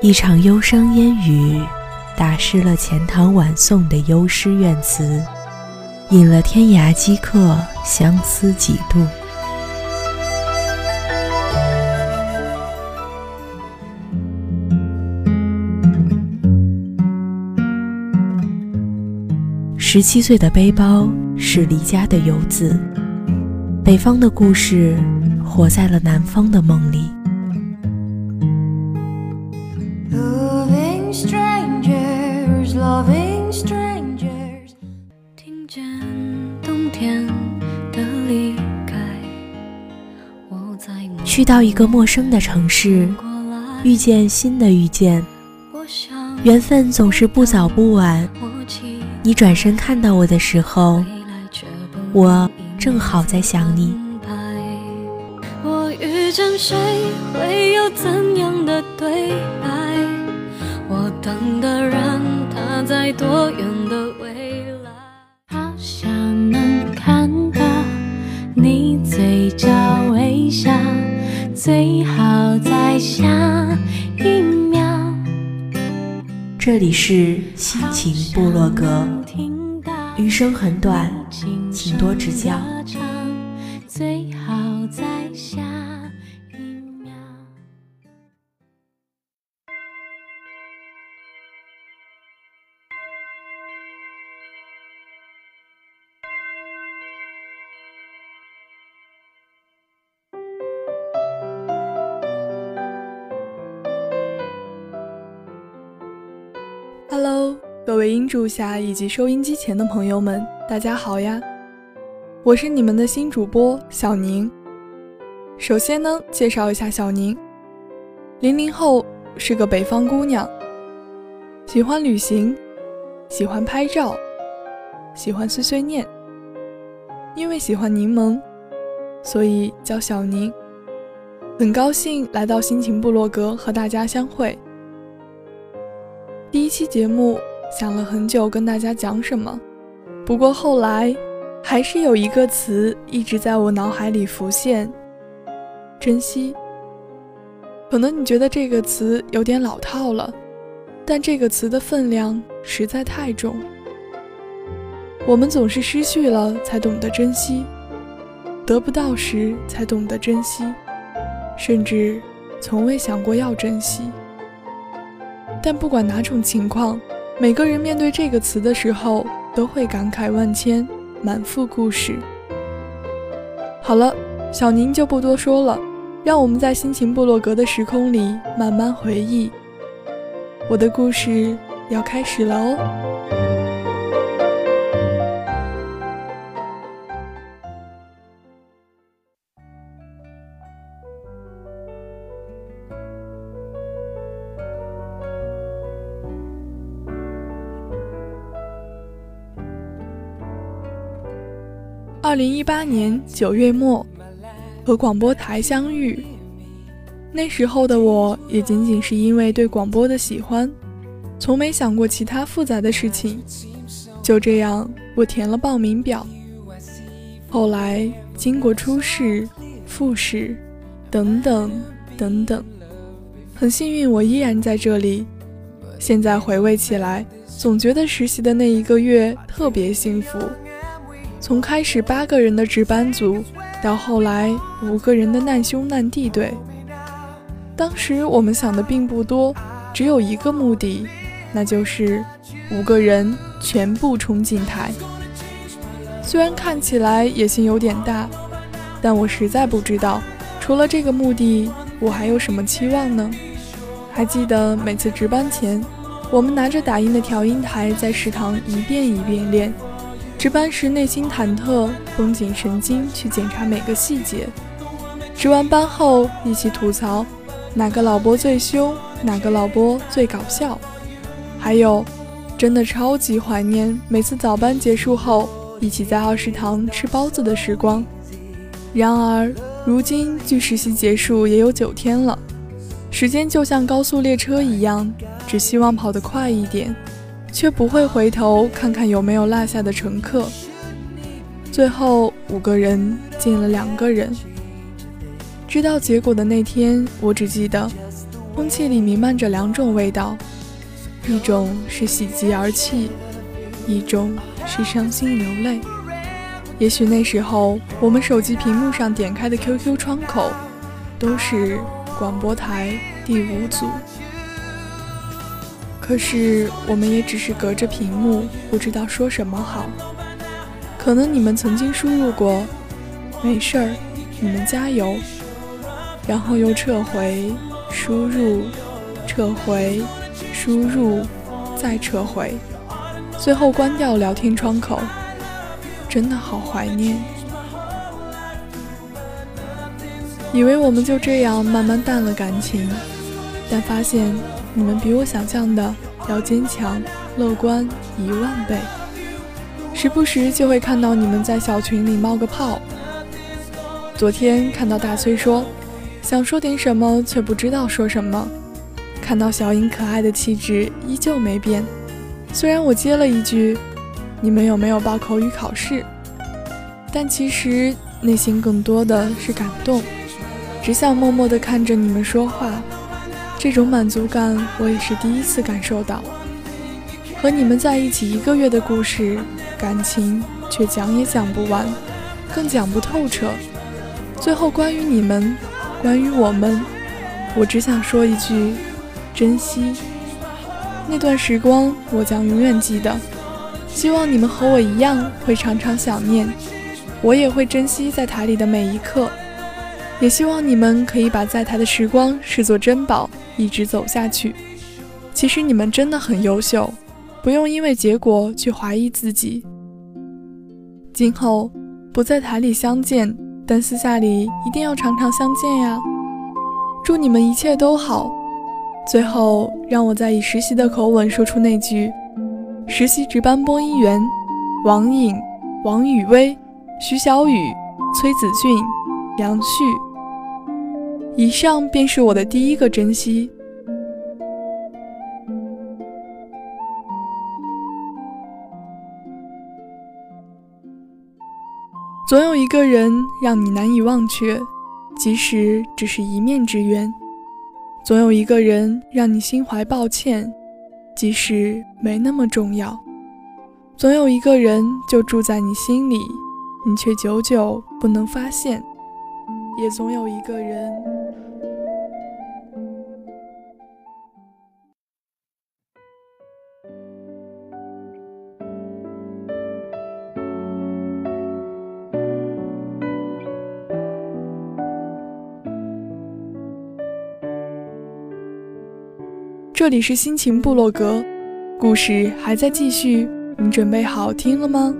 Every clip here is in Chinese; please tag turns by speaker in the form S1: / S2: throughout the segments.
S1: 一场忧伤烟雨，打湿了钱塘晚送的幽诗怨词，引了天涯饥客相思几度。17岁的背包是离家的游子，北方的故事活在了南方的梦里。
S2: Loving strangers， 听见冬天的离开。
S1: 去到一个陌生的城市，遇见新的遇见，缘分总是不早不晚。你转身看到我的时候，我正好在想你。
S2: 我遇见谁会有怎样的对白？我等的人他在多远的未来？好想能看到你嘴角微笑，最好在下一秒。
S1: 这里是心情部落格，余生很短，请多指教。
S2: 最好在下一秒。
S3: Hello， 各位音柱下以及收音机前的朋友们，大家好呀！我是你们的新主播小宁。首先呢，介绍一下小宁，00后，是个北方姑娘，喜欢旅行，喜欢拍照，喜欢碎碎念。因为喜欢柠檬，所以叫小宁。很高兴来到心情部落格和大家相会。第一期节目想了很久跟大家讲什么，不过后来还是有一个词一直在我脑海里浮现，珍惜。可能你觉得这个词有点老套了，但这个词的分量实在太重。我们总是失去了才懂得珍惜，得不到时才懂得珍惜，甚至从未想过要珍惜。但不管哪种情况，每个人面对这个词的时候都会感慨万千，满腹故事。好了，小宁就不多说了，让我们在心情部落格的时空里慢慢回忆。我的故事要开始了哦。2018年9月末，和广播台相遇。那时候的我也仅仅是因为对广播的喜欢，从没想过其他复杂的事情。就这样，我填了报名表。后来经过初试、复试等等等等，很幸运我依然在这里。现在回味起来，总觉得实习的那1个月特别幸福。从开始8个人的值班组，到后来5个人的难兄难弟队。当时我们想的并不多，只有一个目的，那就是5个人全部冲进台。虽然看起来野心有点大，但我实在不知道，除了这个目的，我还有什么期望呢？还记得每次值班前，我们拿着打印的调音台在食堂一遍一遍练。值班时内心忐忑，绷紧神经去检查每个细节。值完班后一起吐槽哪个老播最凶，哪个老播最搞笑。还有真的超级怀念每次早班结束后一起在2食堂吃包子的时光。然而如今距实习结束也有9天了，时间就像高速列车一样，只希望跑得快一点，却不会回头看看有没有落下的乘客。最后5个人进了2个人。知道结果的那天，我只记得空气里弥漫着2种味道，一种是喜极而泣，一种是伤心流泪。也许那时候我们手机屏幕上点开的 QQ 窗口都是广播台第5组，可是我们也只是隔着屏幕不知道说什么好。可能你们曾经输入过没事儿，你们加油，然后又撤回，输入，撤回，输入，再撤回，最后关掉聊天窗口。真的好怀念。以为我们就这样慢慢淡了感情，但发现你们比我想象的要坚强乐观10000倍。时不时就会看到你们在小群里冒个泡。昨天看到大崔说想说点什么却不知道说什么，看到小颖可爱的气质依旧没变，虽然我接了一句你们有没有报口语考试，但其实内心更多的是感动，只想默默地看着你们说话。这种满足感我也是第一次感受到。和你们在一起1个月的故事，感情却讲也讲不完，更讲不透彻。最后关于你们，关于我们，我只想说一句珍惜。那段时光我将永远记得，希望你们和我一样会常常想念，我也会珍惜在台里的每一刻，也希望你们可以把在台的时光视作珍宝，一直走下去。其实你们真的很优秀，不用因为结果去怀疑自己。今后不在台里相见，但私下里一定要常常相见呀。祝你们一切都好。最后让我再以实习的口吻说出那句：实习值班播音员王颖、王雨薇、徐小雨、崔子俊、杨旭。以上便是我的第1个珍惜。总有一个人让你难以忘却，即使只是一面之缘。总有一个人让你心怀抱歉，即使没那么重要。总有一个人就住在你心里，你却久久不能发现。也总有一个人。这里是心情部落格，故事还在继续，你准备好听了吗？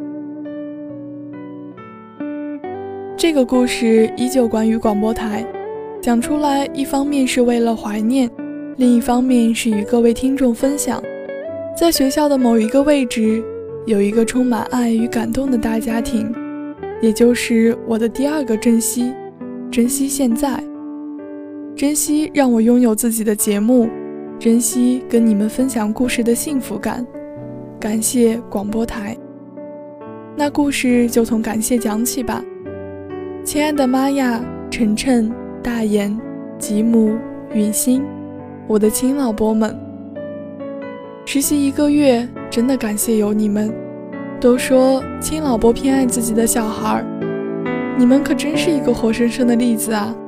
S3: 这个故事依旧关于广播台，讲出来一方面是为了怀念，另一方面是与各位听众分享。在学校的某一个位置，有一个充满爱与感动的大家庭，也就是我的第2个珍惜。珍惜现在，珍惜让我拥有自己的节目，珍惜跟你们分享故事的幸福感。感谢广播台。那故事就从感谢讲起吧。亲爱的玛雅、晨晨、大眼、吉姆、允欣，我的亲老伯们，实习1个月，真的感谢有你们。都说亲老伯偏爱自己的小孩，你们可真是一个活生生的例子啊。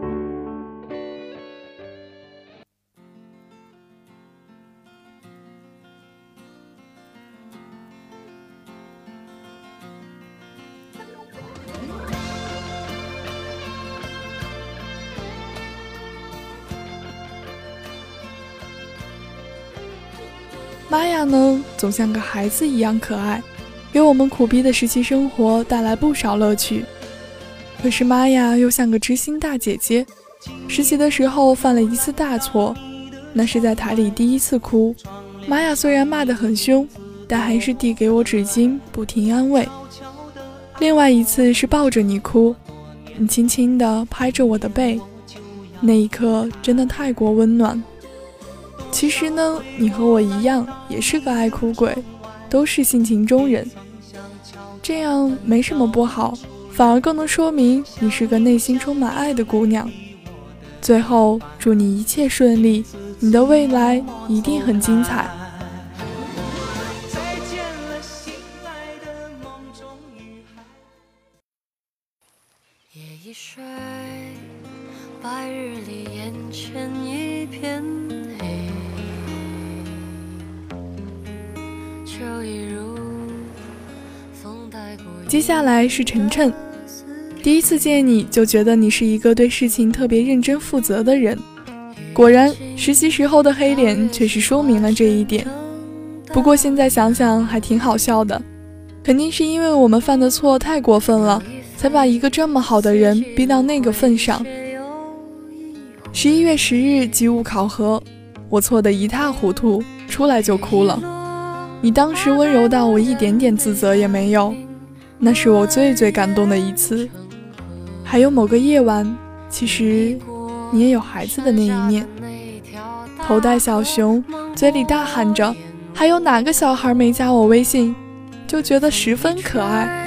S3: 玛雅呢，总像个孩子一样可爱，给我们苦逼的实习生活带来不少乐趣。可是玛雅又像个知心大姐姐，实习的时候犯了一次大错，那是在台里第1次哭。玛雅虽然骂得很凶，但还是递给我纸巾，不停安慰。另外一次是抱着你哭，你轻轻地拍着我的背，那一刻真的太过温暖。其实呢，你和我一样，也是个爱哭鬼，都是性情中人。这样没什么不好，反而更能说明你是个内心充满爱的姑娘。 最后祝你一切顺利，你的未来一定很精彩。
S2: 夜已睡，白日里眼前一片黑，秋意如风带过。
S3: 接下来是晨晨，第一次见你就觉得你是一个对事情特别认真负责的人，果然实习时候的黑脸确实说明了这一点。不过现在想想还挺好笑的，肯定是因为我们犯的错太过分了，才把一个这么好的人逼到那个份上。11月10日机务考核，我错得一塌糊涂，出来就哭了。你当时温柔到我一点点自责也没有，那是我最感动的一次。还有某个夜晚，其实你也有孩子的那一面，头戴小熊，嘴里大喊着还有哪个小孩没加我微信，就觉得十分可爱。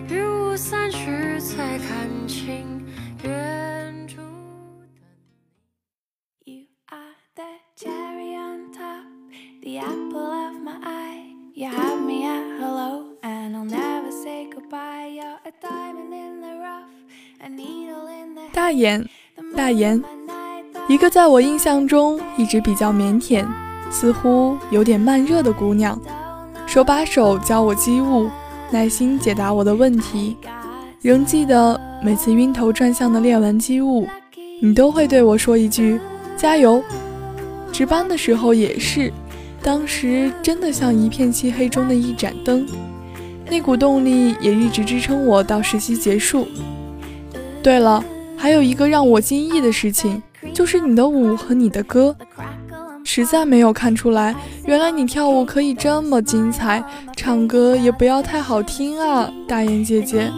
S3: 大言，一个在我印象中一直比较腼腆，似乎有点慢热的姑娘，手把手教我机务，耐心解答我的问题。仍记得每次晕头转向的练完机务，你都会对我说一句加油。值班的时候也是，当时真的像一片漆黑中的一盏灯，那股动力也一直支撑我到实习结束。对了，还有一个让我惊异的事情，就是你的舞和你的歌，实在没有看出来，原来你跳舞可以这么精彩，唱歌也不要太好听啊，大眼姐姐。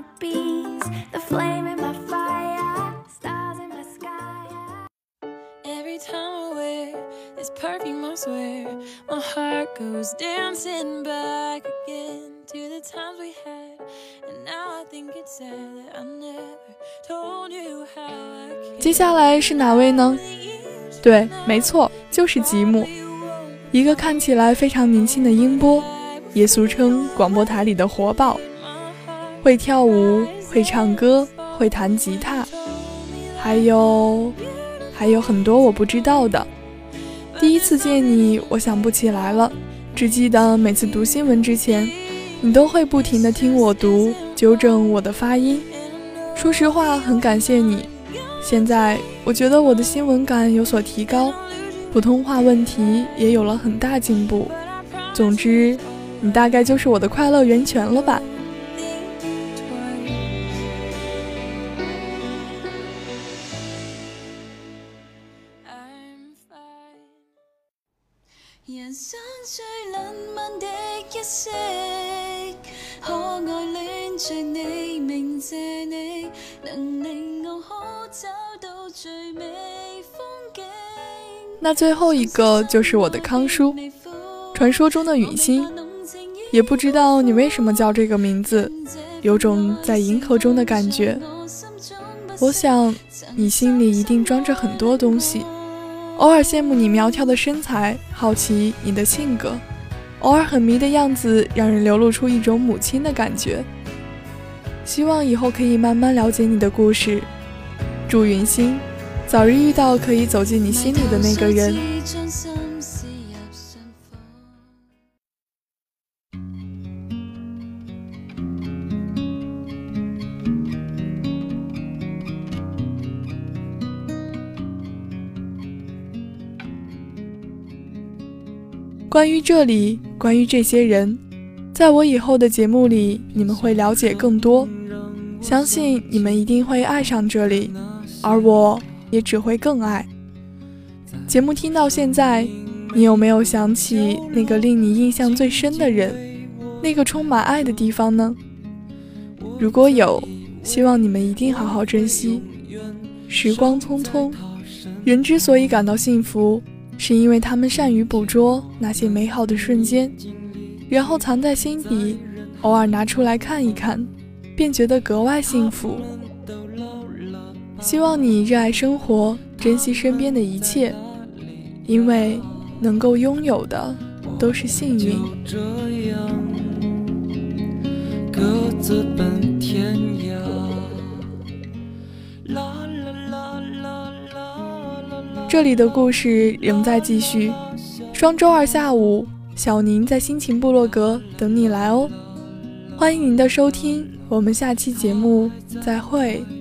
S3: 接下来是哪位呢？对，没错，就是吉姆，一个看起来非常年轻的音波，也俗称广播台里的活宝，会跳舞，会唱歌，会弹吉他，还有很多我不知道的。第一次见你，我想不起来了，只记得每次读新闻之前，你都会不停地听我读，纠正我的发音。说实话，很感谢你。现在我觉得我的新闻感有所提高，普通话问题也有了很大进步。总之，你大概就是我的快乐源泉了吧。
S2: 人生最浪漫的一息，可愛戀着你，明謝你，能令我可找到最美風景。
S3: 那最後一個就是我的康叔，傳說中的允星，也不知道你為什麼叫這個名字，有種在銀河中的感覺。我想你心裡一定裝着很多東西，偶爾羨慕你苗條的身材，好奇你的性格，偶爾很迷的樣子讓人流露出一種母親的感覺。希望以後可以慢慢了解你的故事，祝雲星早日遇到可以走進你心裡的那個人。關於這裡，關於這些人，在我以後的節目裡，你們會了解更多。相信你們一定會愛上這裡，而我也只會更愛。節目聽到現在，你有沒有想起那個令你印象最深的人，那個充滿愛的地方呢？如果有，希望你們一定好好珍惜。時光匆匆，人之所以感到幸福，是因為他們善於捕捉那些美好的瞬間，然後藏在心底，偶爾拿出來看一看，便覺得格外幸福。 希望你热爱生活，珍惜身边的一切，因为能够拥有的都是幸运。
S4: 就这样各自奔天涯。
S3: 这里的故事仍在继续，双周二下午，小宁在心情部落格等你来哦。欢迎您的收听，我们下期节目再会。